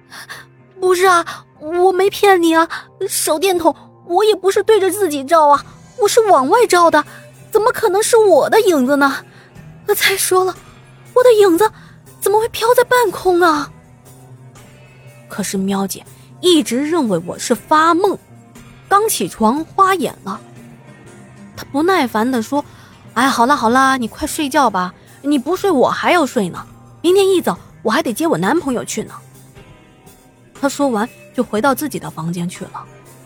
不是啊，我没骗你啊，手电筒我也不是对着自己照啊，我是往外照的，怎么可能是我的影子呢？再说了，我的影子怎么会飘在半空啊？可是喵姐一直认为我是发梦，刚起床花眼了。她不耐烦地说，哎，好啦好啦，你快睡觉吧，你不睡我还要睡呢，明天一早我还得接我男朋友去呢。她说完就回到自己的房间去了。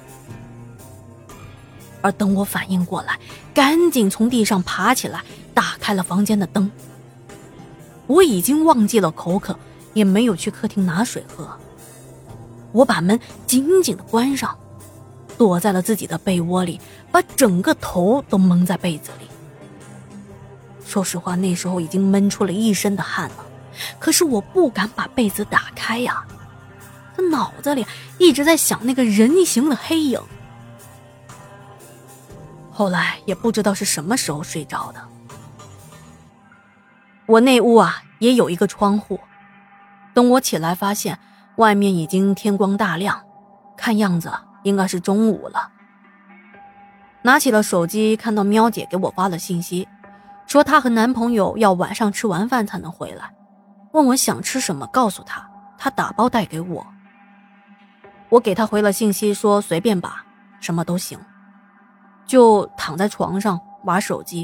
而等我反应过来，赶紧从地上爬起来，打开了房间的灯。我已经忘记了口渴，也没有去客厅拿水喝。我把门紧紧地关上，躲在了自己的被窝里，把整个头都蒙在被子里。说实话，那时候已经闷出了一身的汗了，可是我不敢把被子打开呀。他脑子里一直在想那个人形的黑影。后来也不知道是什么时候睡着的。我那屋啊也有一个窗户，等我起来发现外面已经天光大亮，看样子应该是中午了。拿起了手机，看到喵姐给我发了信息，说她和男朋友要晚上吃完饭才能回来，问我想吃什么告诉她，她打包带给我。我给她回了信息说随便吧，什么都行，就躺在床上玩手机。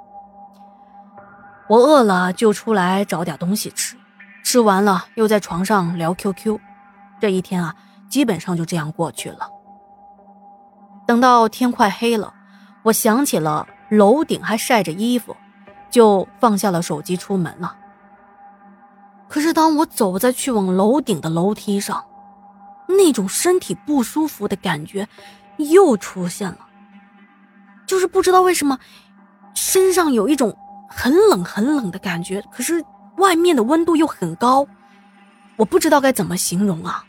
我饿了就出来找点东西吃，吃完了又在床上聊 QQ， 这一天啊基本上就这样过去了。等到天快黑了，我想起了楼顶还晒着衣服，就放下了手机出门了。可是当我走在去往楼顶的楼梯上，那种身体不舒服的感觉又出现了，就是不知道为什么身上有一种很冷很冷的感觉，可是外面的温度又很高，我不知道该怎么形容啊。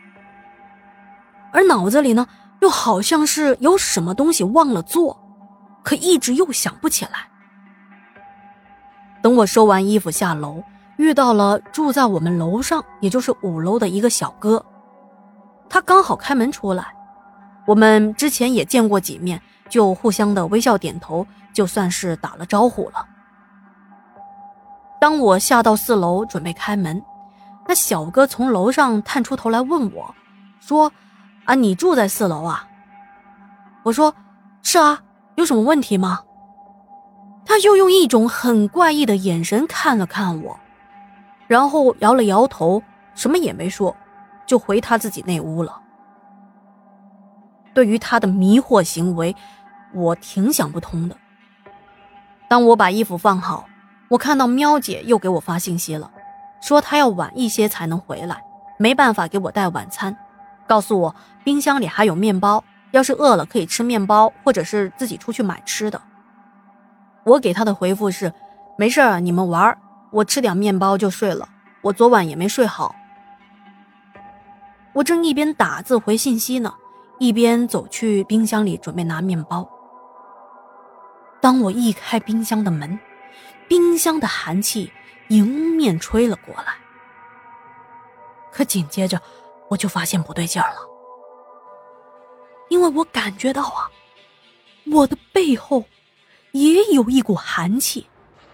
而脑子里呢又好像是有什么东西忘了做，可一直又想不起来。等我收完衣服下楼，遇到了住在我们楼上也就是5楼的一个小哥，他刚好开门出来，我们之前也见过几面，就互相的微笑点头，就算是打了招呼了。当我下到4楼准备开门，那小哥从楼上探出头来问我说，啊，你住在4楼啊？我说是啊，有什么问题吗？他又用一种很怪异的眼神看了看我，然后摇了摇头，什么也没说，就回他自己那屋了。对于他的迷惑行为，我挺想不通的。当我把衣服放好，我看到喵姐又给我发信息了，说她要晚一些才能回来，没办法给我带晚餐，告诉我冰箱里还有面包，要是饿了可以吃面包，或者是自己出去买吃的。我给她的回复是，没事儿，你们玩，我吃点面包就睡了，我昨晚也没睡好。我正一边打字回信息呢，一边走去冰箱里准备拿面包。当我一开冰箱的门，冰箱的寒气迎面吹了过来。可紧接着我就发现不对劲儿了，因为我感觉到啊，我的背后也有一股寒气。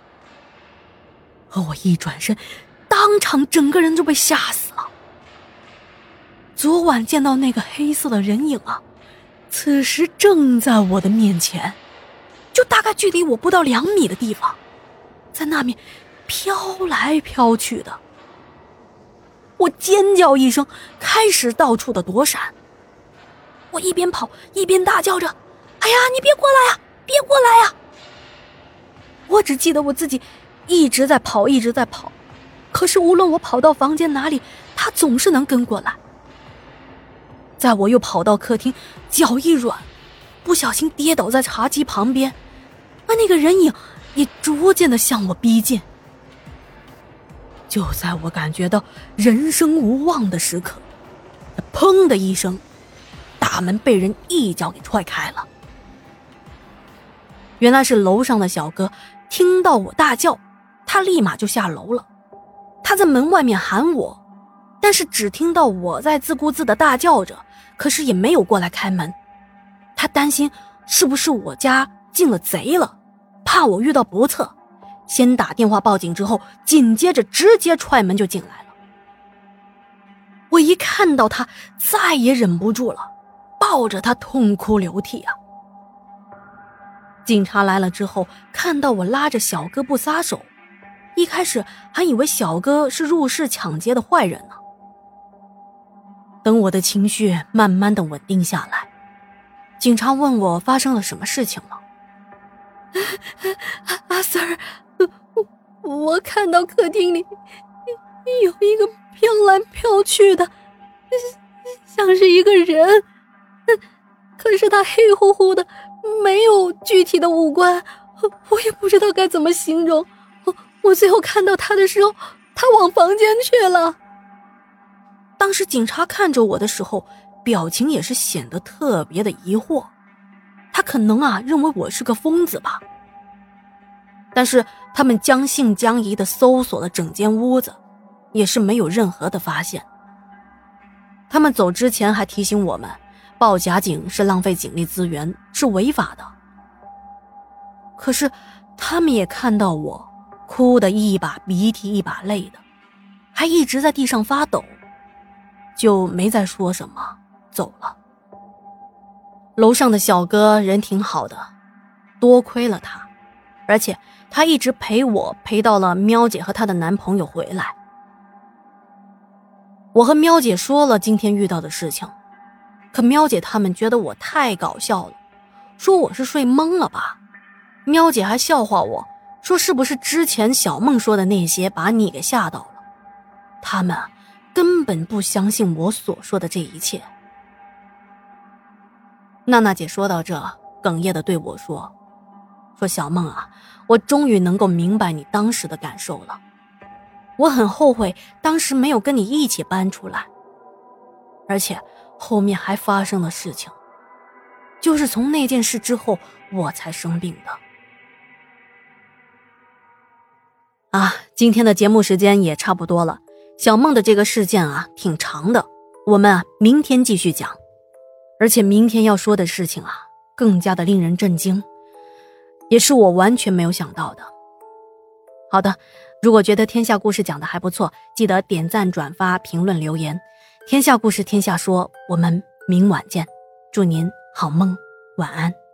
而我一转身，当场整个人就被吓死了。昨晚见到那个黑色的人影啊，此时正在我的面前，就大概距离我不到2米的地方，在那面飘来飘去的。我尖叫一声，开始到处的躲闪。我一边跑一边大叫着，哎呀，你别过来呀，别过来呀！我只记得我自己一直在跑，一直在跑，可是无论我跑到房间哪里，他总是能跟过来。在我又跑到客厅，脚一软，不小心跌倒在茶几旁边，而那个人影也逐渐地向我逼近。就在我感觉到人生无望的时刻，砰的一声，大门被人一脚给踹开了。原来是楼上的小哥听到我大叫，他立马就下楼了。他在门外面喊我， 但是只听到我在自顾自地大叫着，可是也没有过来开门。他担心是不是我家进了贼了，怕我遇到不测，先打电话报警，之后紧接着直接踹门就进来了。我一看到他再也忍不住了，抱着他痛哭流涕啊。警察来了之后，看到我拉着小哥不撒手，一开始还以为小哥是入室抢劫的坏人呢。等我的情绪慢慢的稳定下来，警察问我发生了什么事情了。 阿 Sir， 我看到客厅里有一个飘来飘去的，像是一个人，可是他黑乎乎的，没有具体的五官，我也不知道该怎么形容。我最后看到他的时候，他往房间去了。 当时警察看着我的时候，表情也是显得特别的疑惑，他可能认为我是个疯子吧。但是他们将信将疑地搜索了整间屋子，也是没有任何的发现。他们走之前还提醒我们，报假警是浪费警力资源，是违法的。可是他们也看到我哭得一把鼻涕一把泪的，还一直在地上发抖，就没再说什么，走了。楼上的小哥人挺好的，多亏了他，而且他一直陪我陪到了喵姐和她的男朋友回来。我和喵姐说了今天遇到的事情，可喵姐他们觉得我太搞笑了，说我是睡懵了吧。喵姐还笑话我，说是不是之前小梦说的那些把你给吓到了。他们根本不相信我所说的这一切。娜娜姐说到这，哽咽地对我说小梦我终于能够明白你当时的感受了。我很后悔当时没有跟你一起搬出来，而且后面还发生了事情，就是从那件事之后我才生病的。今天的节目时间也差不多了，小梦的这个事件挺长的，我们明天继续讲。而且明天要说的事情更加的令人震惊，也是我完全没有想到的。好的，如果觉得天下故事讲得还不错，记得点赞转发评论留言。天下故事天下说，我们明晚见，祝您好梦，晚安。